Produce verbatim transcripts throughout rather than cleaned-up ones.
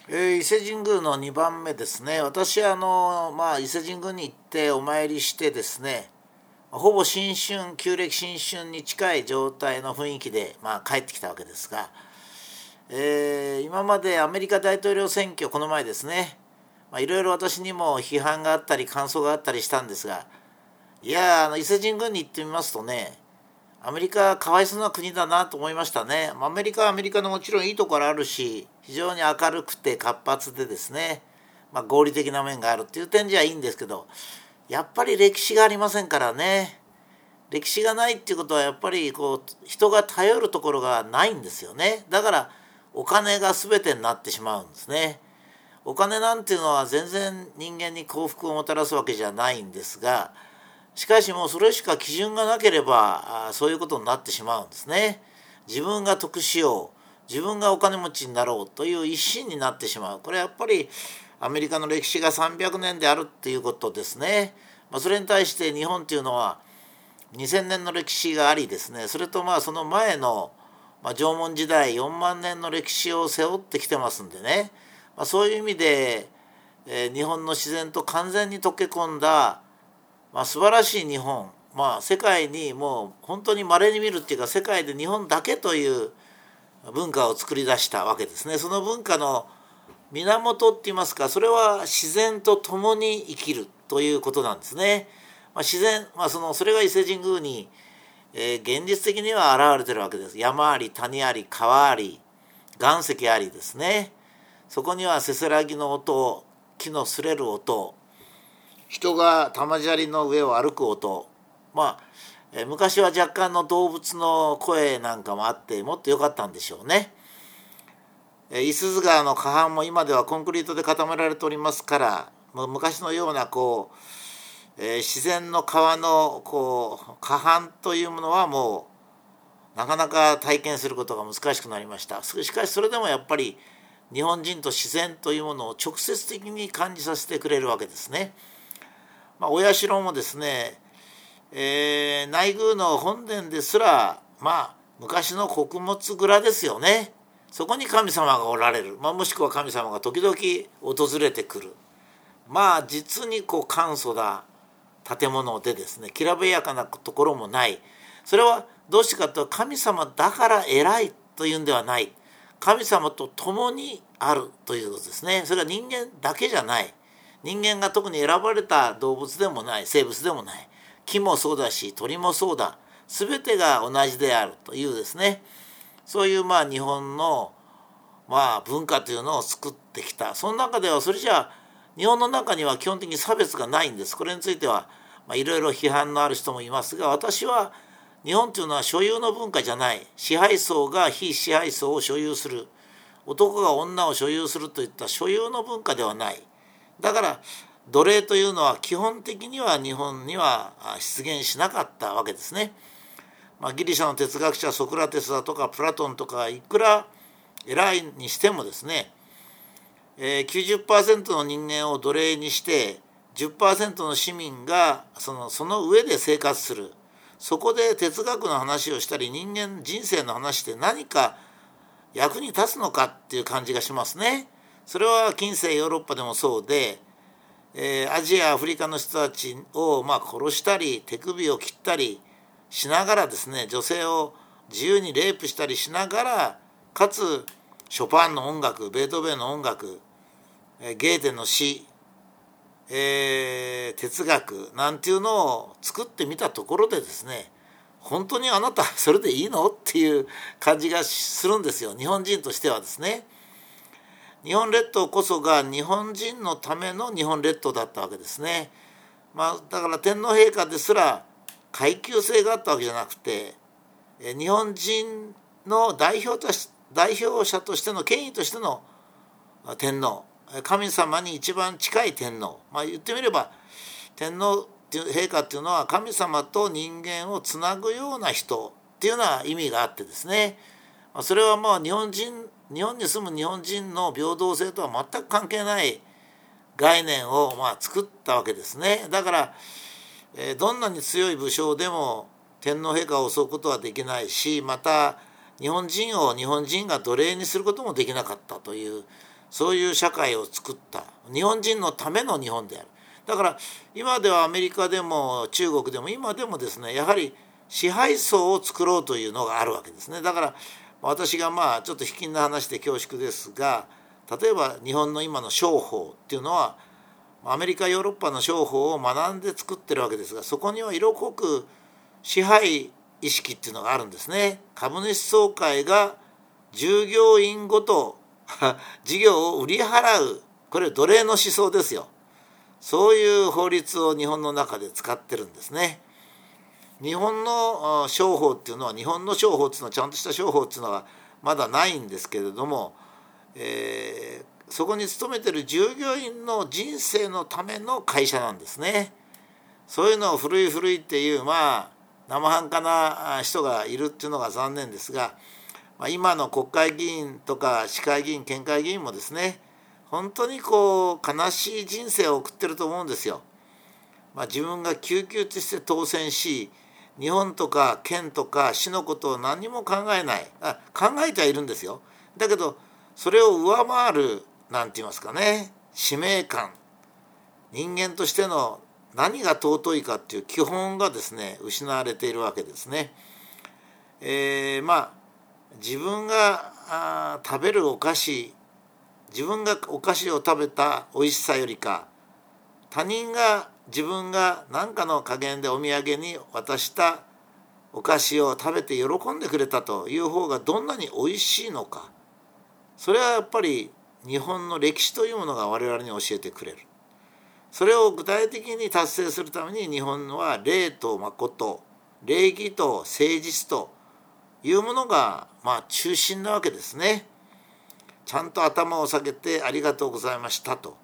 えー伊勢神宮のにばんめですね。私はあの、まあ、伊勢神宮に行ってお参りしてですね、ほぼ新春旧暦新春に近い状態の雰囲気で、まあ、帰ってきたわけですが、えー今までアメリカ大統領選挙この前ですね、まあ、いろいろ私にも批判があったり感想があったりしたんですが、いやーあの伊勢神宮に行ってみますとね、アメリカはかわいそうな国だなと思いましたね。アメリカはアメリカのもちろんいいところあるし、非常に明るくて活発でですね、まあ、合理的な面があるっていう点じゃいいんですけど、やっぱり歴史がありませんからね。歴史がないっていうことはやっぱりこう人が頼るところがないんですよね。だからお金が全てになってしまうんですね。お金なんていうのは全然人間に幸福をもたらすわけじゃないんですが、しかしもうそれしか基準がなければあそういうことになってしまうんですね。自分が得しよう、自分がお金持ちになろうという一心になってしまう。これはやっぱりアメリカの歴史がさんびゃくねんであるっていうことですね。まあ、それに対して日本っていうのはにせんねんの歴史がありですね、それとまあその前の、まあ、縄文時代よんまん年の歴史を背負ってきてますんでね、まあ、そういう意味で、えー日本の自然と完全に溶け込んだ、まあ、素晴らしい日本、まあ、世界にもう本当に稀に見るっていうか、世界で日本だけという文化を作り出したわけですね。その文化の源って言いますか、それは自然と共に生きるということなんですね。まあ、自然、まあ、そのそれが伊勢神宮に、えー現実的には現れてるわけです。山あり谷あり川あり岩石ありですね。そこにはせせらぎの音、木の擦れる音、人が玉砂利の上を歩く音、まあ、えー昔は若干の動物の声なんかもあってもっと良かったんでしょうね。えー五十鈴川の河畔も今ではコンクリートで固められておりますから、もう昔のようなこう、えー自然の川のこう河畔というものはもうなかなか体験することが難しくなりました。しかしそれでもやっぱり日本人と自然というものを直接的に感じさせてくれるわけですね。まあ、お社もですね、えー内宮の本殿ですら、まあ、昔の穀物蔵ですよね。そこに神様がおられる、まあ、もしくは神様が時々訪れてくる、まあ実にこう簡素な建物でですね、きらびやかなところもない。それはどうしてかというと、神様だから偉いというんではない、神様と共にあるということですね。それは人間だけじゃない、人間が特に選ばれた動物でもない、生物でもない、木もそうだし鳥もそうだ、全てが同じであるというですね、そういうまあ日本のまあ文化というのを作ってきた。その中ではそれじゃあ日本の中には基本的に差別がないんです。これについてはいろいろ批判のある人もいますが、私は日本というのは所有の文化じゃない、支配層が非支配層を所有する、男が女を所有するといった所有の文化ではない。だから奴隷というのは基本的には日本には出現しなかったわけですね。まあ、ギリシャの哲学者ソクラテスだとかプラトンとかいくら偉いにしてもですね、えー、きゅうじゅっパーセントの人間を奴隷にしてじゅっパーセントの市民がその、その上で生活する。そこで哲学の話をしたり人間人生の話で何か役に立つのかっていう感じがしますね。それは近世ヨーロッパでもそうで、えーアジアアフリカの人たちをまあ殺したり手首を切ったりしながらですね、女性を自由にレイプしたりしながら、かつショパンの音楽、ベートーベンの音楽、ゲーテの詩、えー哲学なんていうのを作ってみたところでですね、本当にあなたそれでいいのっていう感じがするんですよ、日本人としてはですね。日本列島こそが日本人のための日本列島だったわけですね。まあ、だから天皇陛下ですら階級性があったわけじゃなくて、日本人の代表とし代表者としての権威としての天皇、神様に一番近い天皇、まあ、言ってみれば天皇っていう陛下っていうのは神様と人間をつなぐような人っていうような意味があってですね、それはまあ日本人日本に住む日本人の平等性とは全く関係ない概念をまあ作ったわけですね。だから、えーどんなに強い武将でも天皇陛下を襲うことはできないし、また日本人を日本人が奴隷にすることもできなかったという、 そういう社会を作った日本人のための日本である。だから今ではアメリカでも中国でも今でもですねやはり支配層を作ろうというのがあるわけですね。だから私がまあちょっと卑近な話で恐縮ですが、例えば日本の今の商法っていうのはアメリカヨーロッパの商法を学んで作ってるわけですが、そこには色濃く支配意識っていうのがあるんですね。株主総会が従業員ごと事業を売り払う、これ奴隷の思想ですよ。そういう法律を日本の中で使ってるんですね。日本の商法っていうのは日本の商法っていうのはちゃんとした商法っていうのはまだないんですけれども、えー、そこに勤めてる従業員の人生のための会社なんですね。そういうのを古い古いっていうまあ生半可な人がいるっていうのが残念ですが、まあ、今の国会議員とか市会議員県会議員もですね本当にこう悲しい人生を送ってると思うんですよ。まあ、自分が救急として当選し日本とか県とか市のことを何も考えない、あ考えてはいるんですよ。だけどそれを上回るなんて言いますかね使命感、人間としての何が尊いかっていう基本がですね失われているわけですね。えー、まあ自分があ食べるお菓子自分がお菓子を食べたおいしさよりか他人が自分が何かの加減でお土産に渡したお菓子を食べて喜んでくれたという方がどんなにおいしいのか、それはやっぱり日本の歴史というものが我々に教えてくれる。それを具体的に達成するために日本は礼と誠、礼儀と誠実というものがまあ中心なわけですね。ちゃんと頭を下げてありがとうございましたと。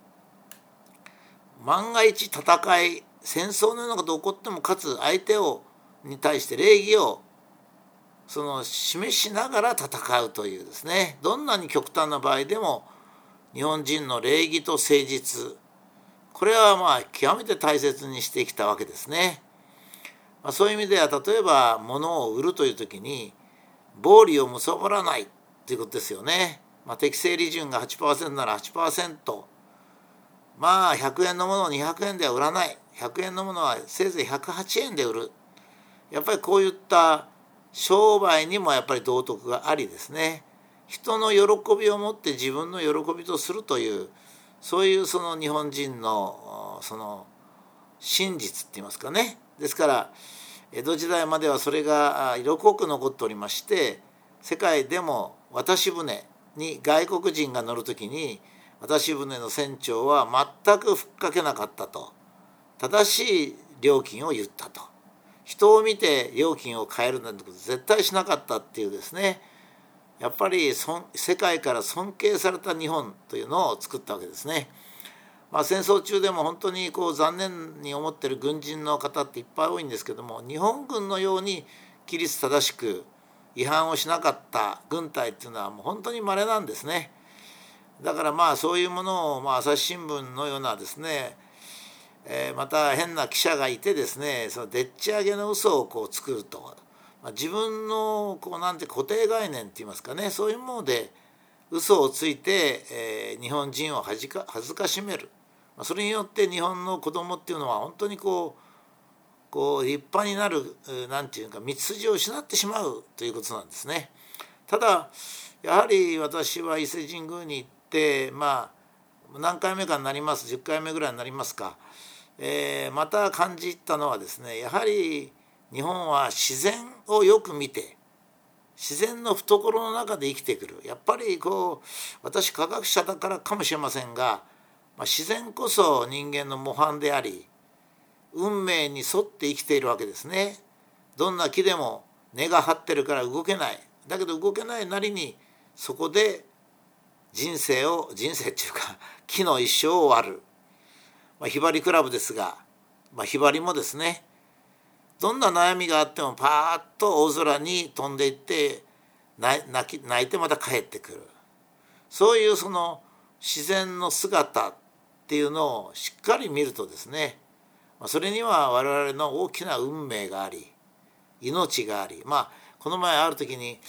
万が一戦い戦争のようなことが起こってもかつ相手をに対して礼儀をその示しながら戦うというですね、どんなに極端な場合でも日本人の礼儀と誠実、これはまあ極めて大切にしてきたわけですね。まあ、そういう意味では例えば物を売るという時に暴利を貪らないということですよね。まあ、適正利潤が はちパーセント なら はちパーセント、まあひゃくえんのものをにひゃくえんでは売らない、ひゃくえんのものはせいぜいひゃくはちえんで売る、やっぱりこういった商売にもやっぱり道徳がありですね、人の喜びをもって自分の喜びとするという、そういうその日本人のその真実って言いますかね。ですから江戸時代まではそれが色濃く残っておりまして、世界でも渡し船に外国人が乗るときに渡し船の船長は全くふっかけなかったと、正しい料金を言ったと、人を見て料金を変えるなんてこと絶対しなかったっていうですね、やっぱり世界から尊敬された日本というのを作ったわけですね。まあ、戦争中でも本当にこう残念に思っている軍人の方っていっぱい多いんですけども、日本軍のように規律正しく違反をしなかった軍隊っていうのはもう本当に稀なんですね。だからまあそういうものを、まあ、朝日新聞のようなですね、えー、また変な記者がいてですね、そのでっち上げの嘘をこう作ると、まあ、自分のこうなんて固定概念って言いますかね、そういうもので嘘をついて、えー、日本人を恥か恥ずかしめる。それによって日本の子供っていうのは本当にこうこう立派になるなんていうか道筋を失ってしまうということなんですね。ただやはり私は伊勢神宮に行ってまあ何回目かになります、じゅっかいめぐらいになりますか、えー、また感じたのはですね、やはり日本は自然をよく見て自然の懐の中で生きてくる。やっぱりこう私科学者だからかもしれませんが、まあ、自然こそ人間の模範であり運命に沿って生きているわけですね。どんな木でも根が張ってるから動けない。だけど動けないなりにそこで人生を人生っていうか木の一生を終わる。まあ、ひばりクラブですが、まあ、ひばりもですね、どんな悩みがあってもパーッと大空に飛んでいって泣き泣いてまた帰ってくる。そういうその自然の姿っていうのをしっかり見るとですね、それには我々の大きな運命があり命があり、まあこの前ある時に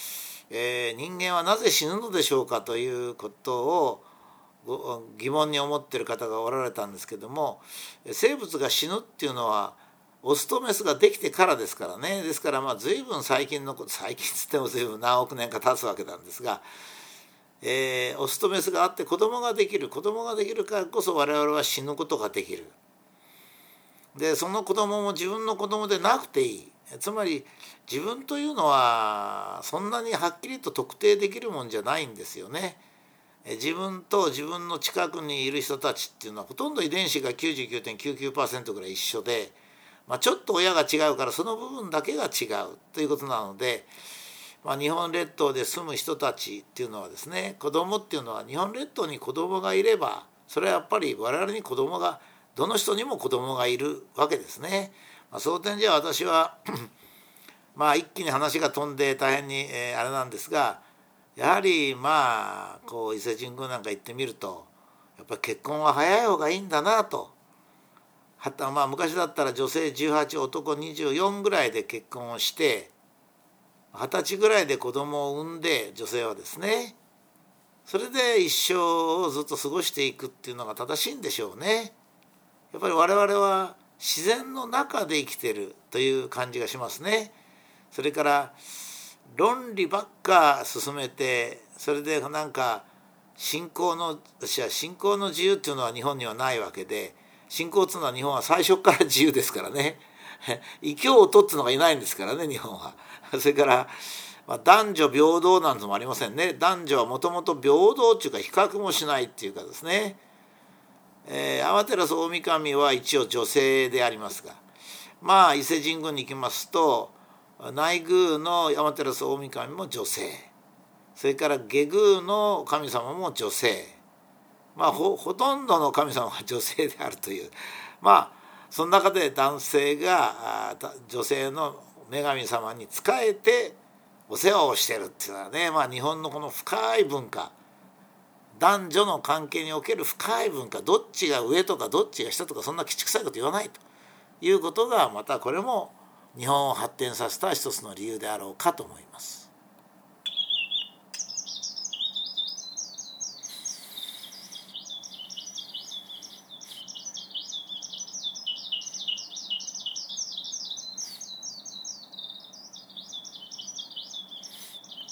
えー、人間はなぜ死ぬのでしょうかということを疑問に思っている方がおられたんですけども、生物が死ぬっていうのはオスとメスができてからですからね。ですからまあ随分最近のこと、最近つっても随分何億年か経つわけなんですが、えー、オスとメスがあって子供ができる子供ができるからこそ我々は死ぬことができる。でその子供も自分の子供でなくていい。つまり自分というのはそんなにはっきりと特定できるもんじゃないんですよね。自分と自分の近くにいる人たちっていうのはほとんど遺伝子が きゅうじゅうきゅうてんきゅうきゅうパーセント ぐらい一緒で、まあ、ちょっと親が違うからその部分だけが違うということなので、まあ、日本列島で住む人たちっていうのはですね、子供っていうのは日本列島に子供がいればそれはやっぱり我々に子供がどの人にも子供がいるわけですね。まあ、その点じゃ私はまあ一気に話が飛んで大変に、えー、あれなんですが、やはりまあこう伊勢神宮なんか行ってみるとやっぱり結婚は早い方がいいんだなと。はたまあ昔だったら女性じゅうはち男にじゅうよんぐらいで結婚をしてはたちぐらいで子供を産んで、女性はですねそれで一生をずっと過ごしていくっていうのが正しいんでしょうね。やっぱり我々は自然の中で生きてるという感じがしますね。それから論理ばっか進めて、それでなんか信仰の信仰の自由っていうのは日本にはないわけで、信仰っていうのは日本は最初から自由ですからね異教徒っていうのがいないんですからね、日本は。それから、まあ、男女平等なんてのもありませんね。男女はもともと平等っていうか比較もしないっていうかですね、えー、天照大神は一応女性でありますが、まあ伊勢神宮に行きますと内宮の天照大神も女性、それから下宮の神様も女性、まあ ほ, ほとんどの神様は女性であるという、まあその中で男性が女性の女神様に仕えてお世話をしてるっていうのはね、まあ日本のこの深い文化、男女の関係における深い文化、どっちが上とかどっちが下とかそんな鬼畜臭いこと言わないということが、またこれも日本を発展させた一つの理由であろうかと思います。